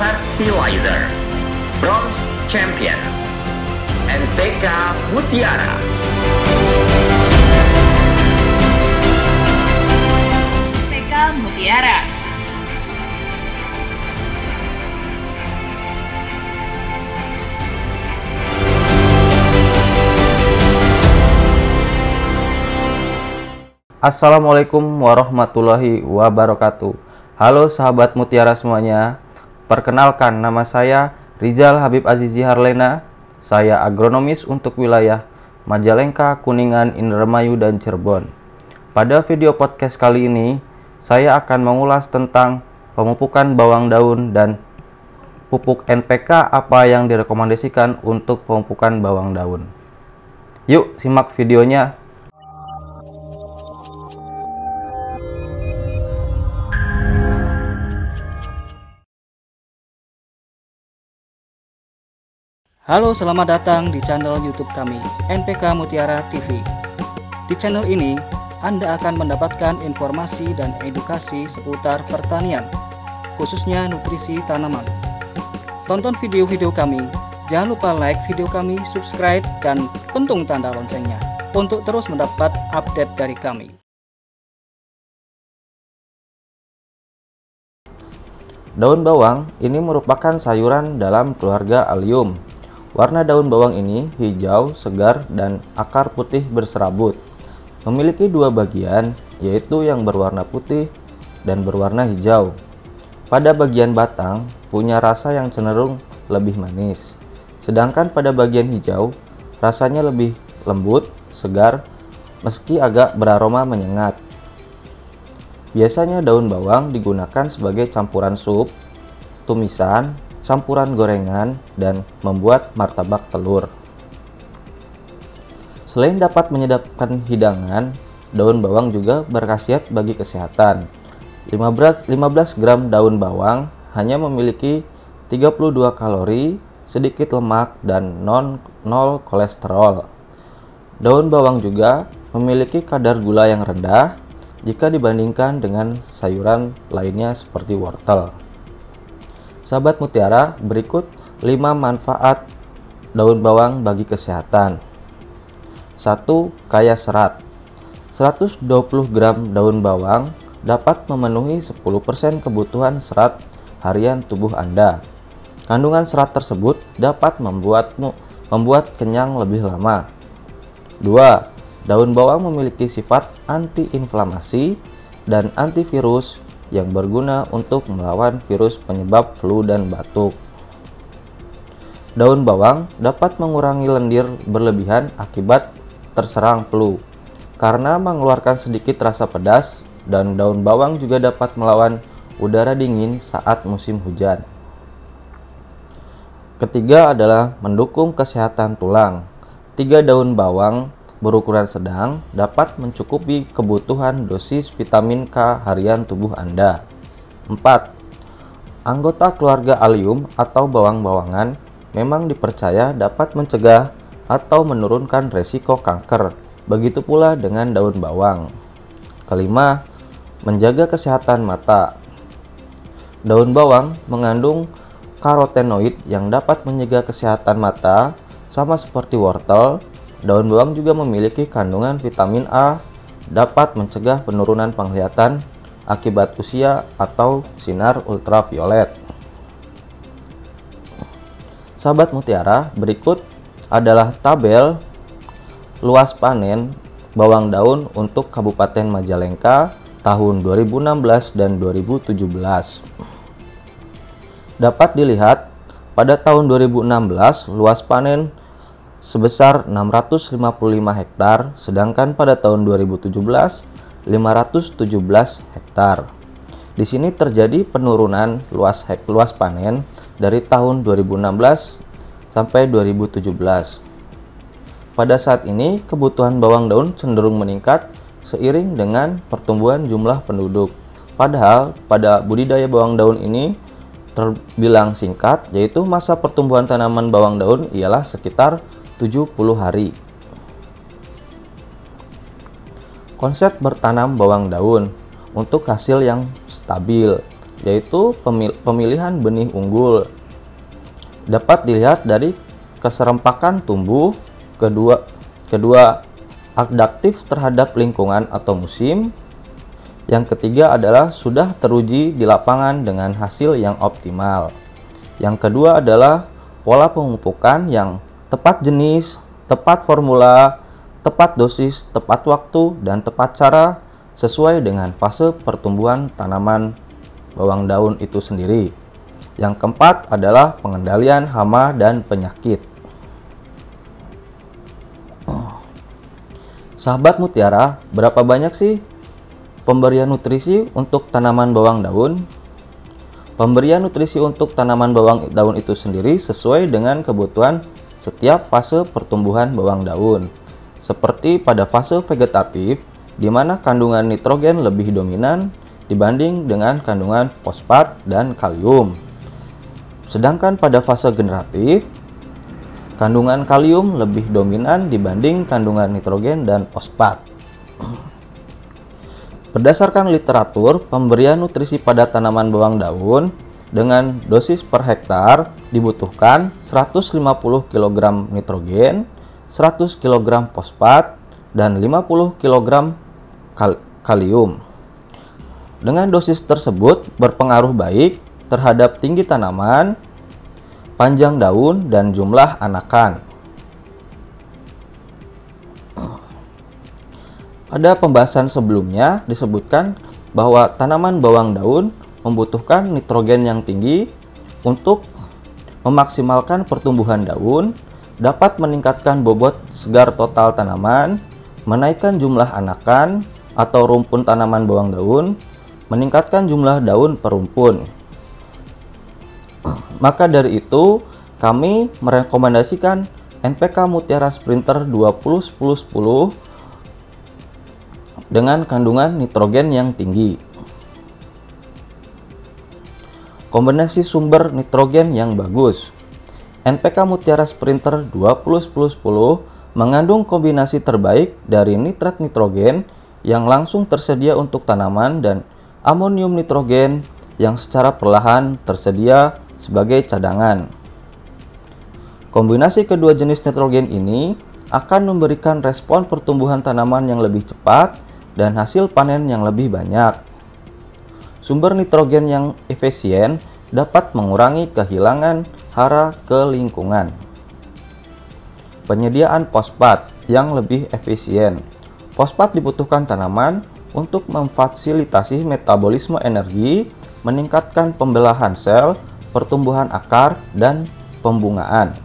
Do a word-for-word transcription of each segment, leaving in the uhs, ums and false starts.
Fertilizer, Bronze Champion, N P K Mutiara. N P K Mutiara. Assalamualaikum warahmatullahi wabarakatuh. Halo sahabat Mutiara semuanya. Perkenalkan, nama saya Rizal Habib Azizi Harlena. Saya agronomis untuk wilayah Majalengka, Kuningan, Indramayu, dan Cirebon. Pada video podcast kali ini, saya akan mengulas tentang pemupukan bawang daun dan pupuk N P K apa yang direkomendasikan untuk pemupukan bawang daun. Yuk simak videonya. Halo, selamat datang di channel YouTube kami, N P K Mutiara T V. Di channel ini, Anda akan mendapatkan informasi dan edukasi seputar pertanian, khususnya nutrisi tanaman. Tonton video-video kami, jangan lupa like video kami, subscribe, dan pentung tanda loncengnya untuk terus mendapat update dari kami. Daun bawang ini merupakan sayuran dalam keluarga Allium. Warna daun bawang ini hijau, segar, dan akar putih berserabut. Memiliki dua bagian, yaitu yang berwarna putih dan berwarna hijau. Pada bagian batang, punya rasa yang cenderung lebih manis. Sedangkan pada bagian hijau, rasanya lebih lembut, segar, meski agak beraroma menyengat. Biasanya daun bawang digunakan sebagai campuran sup, tumisan, campuran gorengan, dan membuat martabak telur. Selain dapat menyedapkan hidangan, daun bawang juga berkhasiat bagi kesehatan. lima belas gram daun bawang hanya memiliki tiga puluh dua kalori, sedikit lemak, dan non nol kolesterol. Daun bawang juga memiliki kadar gula yang rendah jika dibandingkan dengan sayuran lainnya seperti wortel. Sahabat Mutiara, berikut lima manfaat daun bawang bagi kesehatan. satu. Kaya serat. seratus dua puluh gram daun bawang dapat memenuhi sepuluh persen kebutuhan serat harian tubuh Anda. Kandungan serat tersebut dapat membuatmu membuat kenyang lebih lama. dua. Daun bawang memiliki sifat antiinflamasi dan antivirus yang berguna untuk melawan virus penyebab flu dan batuk. Daun bawang dapat mengurangi lendir berlebihan akibat terserang flu karena mengeluarkan sedikit rasa pedas, dan daun bawang juga dapat melawan udara dingin saat musim hujan. Ketiga adalah mendukung kesehatan tulang. Tiga daun bawang berukuran sedang dapat mencukupi kebutuhan dosis vitamin K harian tubuh Anda. empat. Anggota keluarga Allium atau bawang-bawangan memang dipercaya dapat mencegah atau menurunkan resiko kanker. Begitu pula dengan daun bawang. Kelima, menjaga kesehatan mata. Daun bawang mengandung karotenoid yang dapat menjaga kesehatan mata. Sama seperti wortel, daun bawang juga memiliki kandungan vitamin A, dapat mencegah penurunan penglihatan akibat usia atau sinar ultraviolet. Sahabat Mutiara, berikut adalah tabel luas panen bawang daun untuk Kabupaten Majalengka tahun dua ribu enam belas dan dua ribu tujuh belas. Dapat dilihat, pada tahun dua ribu enam belas luas panen sebesar enam ratus lima puluh lima hektar, sedangkan pada tahun dua ribu tujuh belas lima ratus tujuh belas hektar. Di sini terjadi penurunan luas hek luas panen dari tahun dua ribu enam belas sampai dua ribu tujuh belas. Pada saat ini kebutuhan bawang daun cenderung meningkat seiring dengan pertumbuhan jumlah penduduk. Padahal pada budidaya bawang daun ini terbilang singkat, yaitu masa pertumbuhan tanaman bawang daun ialah sekitar tujuh puluh hari. Konsep bertanam bawang daun untuk hasil yang stabil. yaitu pemilihan benih unggul. Dapat dilihat dari keserempakan tumbuh, kedua, kedua adaptif terhadap lingkungan atau musim. Yang ketiga adalah sudah teruji di lapangan dengan hasil yang optimal. Yang kedua adalah pola pemupukan yang tepat jenis, tepat formula, tepat dosis, tepat waktu, dan tepat cara sesuai dengan fase pertumbuhan tanaman bawang daun itu sendiri. Yang keempat adalah pengendalian hama dan penyakit. Sahabat Mutiara, berapa banyak sih pemberian nutrisi untuk tanaman bawang daun? Pemberian nutrisi untuk tanaman bawang daun itu sendiri sesuai dengan kebutuhan setiap fase pertumbuhan bawang daun. Seperti pada fase vegetatif, di mana kandungan nitrogen lebih dominan dibanding dengan kandungan fosfat dan kalium. Sedangkan pada fase generatif, kandungan kalium lebih dominan dibanding kandungan nitrogen dan fosfat. Berdasarkan literatur, pemberian nutrisi pada tanaman bawang daun dengan dosis per hektar dibutuhkan seratus lima puluh kilogram nitrogen, seratus kilogram fosfat, dan lima puluh kilogram kal kalium. Dengan dosis tersebut berpengaruh baik terhadap tinggi tanaman, panjang daun, dan jumlah anakan. Pada pembahasan sebelumnya disebutkan bahwa tanaman bawang daun membutuhkan nitrogen yang tinggi untuk memaksimalkan pertumbuhan daun, dapat meningkatkan bobot segar total tanaman, menaikkan jumlah anakan atau rumpun tanaman bawang daun, meningkatkan jumlah daun per rumpun. Maka dari itu, kami merekomendasikan N P K Mutiara Sprinter dua puluh sepuluh sepuluh dengan kandungan nitrogen yang tinggi. Kombinasi sumber nitrogen yang bagus. N P K Mutiara Sprinter dua puluh sepuluh sepuluh mengandung kombinasi terbaik dari nitrat nitrogen yang langsung tersedia untuk tanaman dan amonium nitrogen yang secara perlahan tersedia sebagai cadangan. Kombinasi kedua jenis nitrogen ini akan memberikan respon pertumbuhan tanaman yang lebih cepat dan hasil panen yang lebih banyak. Sumber nitrogen yang efisien dapat mengurangi kehilangan hara ke lingkungan. Penyediaan fosfat yang lebih efisien. Fosfat dibutuhkan tanaman untuk memfasilitasi metabolisme energi, meningkatkan pembelahan sel, pertumbuhan akar, dan pembungaan.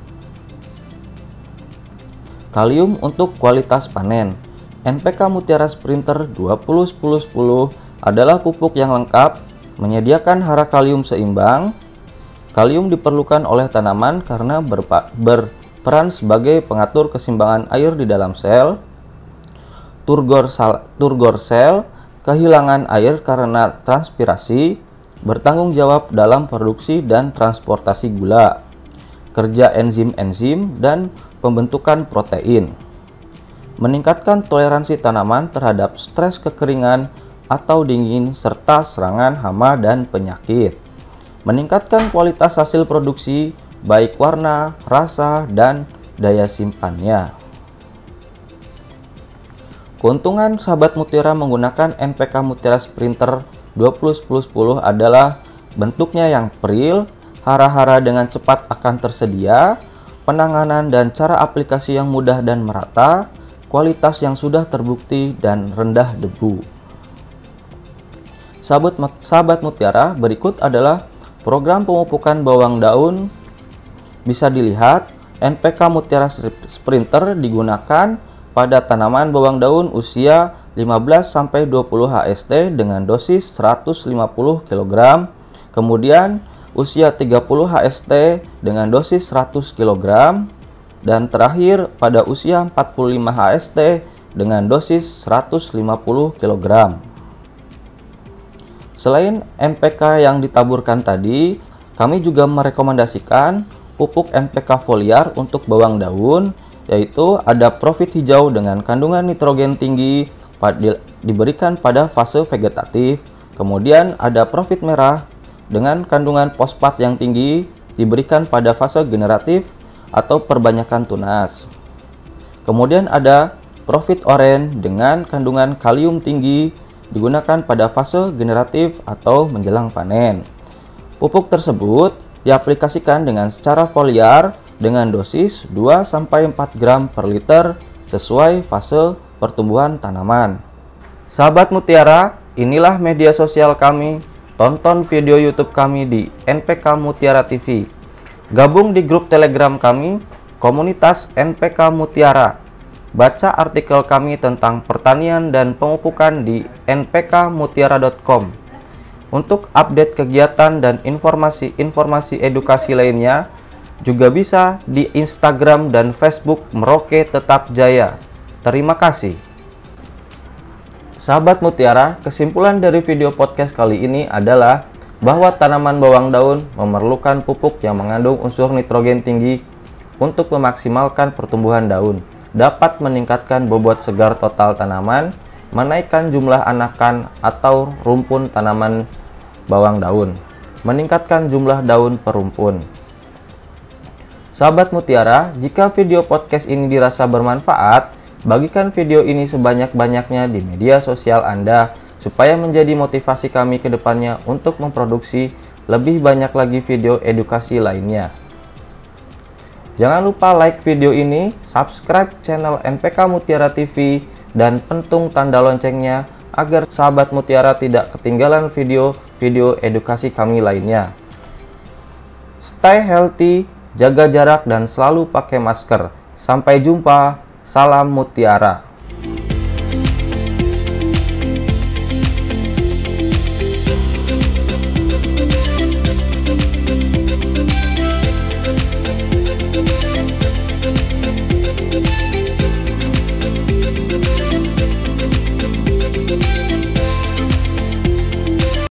Kalium untuk kualitas panen. N P K Mutiara Sprinter dua puluh sepuluh sepuluh adalah pupuk yang lengkap, menyediakan hara kalium seimbang. Kalium diperlukan oleh tanaman karena berperan sebagai pengatur keseimbangan air di dalam sel. Turgor, sal, turgor sel, kehilangan air karena transpirasi, bertanggung jawab dalam produksi dan transportasi gula, kerja enzim-enzim, dan pembentukan protein. Meningkatkan toleransi tanaman terhadap stres kekeringan atau dingin serta serangan hama dan penyakit. Meningkatkan kualitas hasil produksi baik warna, rasa, dan daya simpannya. Keuntungan sahabat Mutiara menggunakan N P K Mutiara Sprinter dua puluh sepuluh sepuluh adalah bentuknya yang peril, hara-hara dengan cepat akan tersedia, penanganan dan cara aplikasi yang mudah dan merata, kualitas yang sudah terbukti, dan rendah debu. Sahabat, sahabat Mutiara, berikut adalah program pemupukan bawang daun. Bisa dilihat, N P K Mutiara Sprinter digunakan pada tanaman bawang daun usia lima belas sampai dua puluh H S T dengan dosis seratus lima puluh kilogram, kemudian usia tiga puluh H S T dengan dosis seratus kilogram, dan terakhir pada usia empat puluh lima H S T dengan dosis seratus lima puluh kilogram. Selain N P K yang ditaburkan tadi, kami juga merekomendasikan pupuk N P K foliar untuk bawang daun, yaitu ada profit hijau dengan kandungan nitrogen tinggi diberikan pada fase vegetatif, Kemudian ada profit merah dengan kandungan fosfat yang tinggi, diberikan pada fase generatif atau perbanyakan tunas. Kemudian ada profit oranye dengan kandungan kalium tinggi, digunakan pada fase generatif atau menjelang panen. Pupuk tersebut diaplikasikan dengan secara foliar dengan dosis dua sampai empat gram per liter sesuai fase pertumbuhan tanaman. Sahabat Mutiara, inilah media sosial kami. Tonton video YouTube kami di N P K Mutiara T V. Gabung di grup Telegram kami, komunitas N P K Mutiara. Baca artikel kami tentang pertanian dan pemupukan di n p k mutiara dot com. Untuk update kegiatan dan informasi-informasi edukasi lainnya, juga bisa di Instagram dan Facebook Merauke Tetap Jaya. Terima kasih. Sahabat Mutiara, kesimpulan dari video podcast kali ini adalah bahwa tanaman bawang daun memerlukan pupuk yang mengandung unsur nitrogen tinggi untuk memaksimalkan pertumbuhan daun, dapat meningkatkan bobot segar total tanaman, menaikkan jumlah anakan atau rumpun tanaman bawang daun, meningkatkan jumlah daun per rumpun. Sahabat Mutiara, jika video podcast ini dirasa bermanfaat, bagikan video ini sebanyak-banyaknya di media sosial Anda supaya menjadi motivasi kami ke depannya untuk memproduksi lebih banyak lagi video edukasi lainnya. Jangan lupa like video ini, subscribe channel N P K Mutiara T V, dan pentung tanda loncengnya agar sahabat Mutiara tidak ketinggalan video-video edukasi kami lainnya. Stay healthy, jaga jarak, dan selalu pakai masker. Sampai jumpa. Salam Mutiara.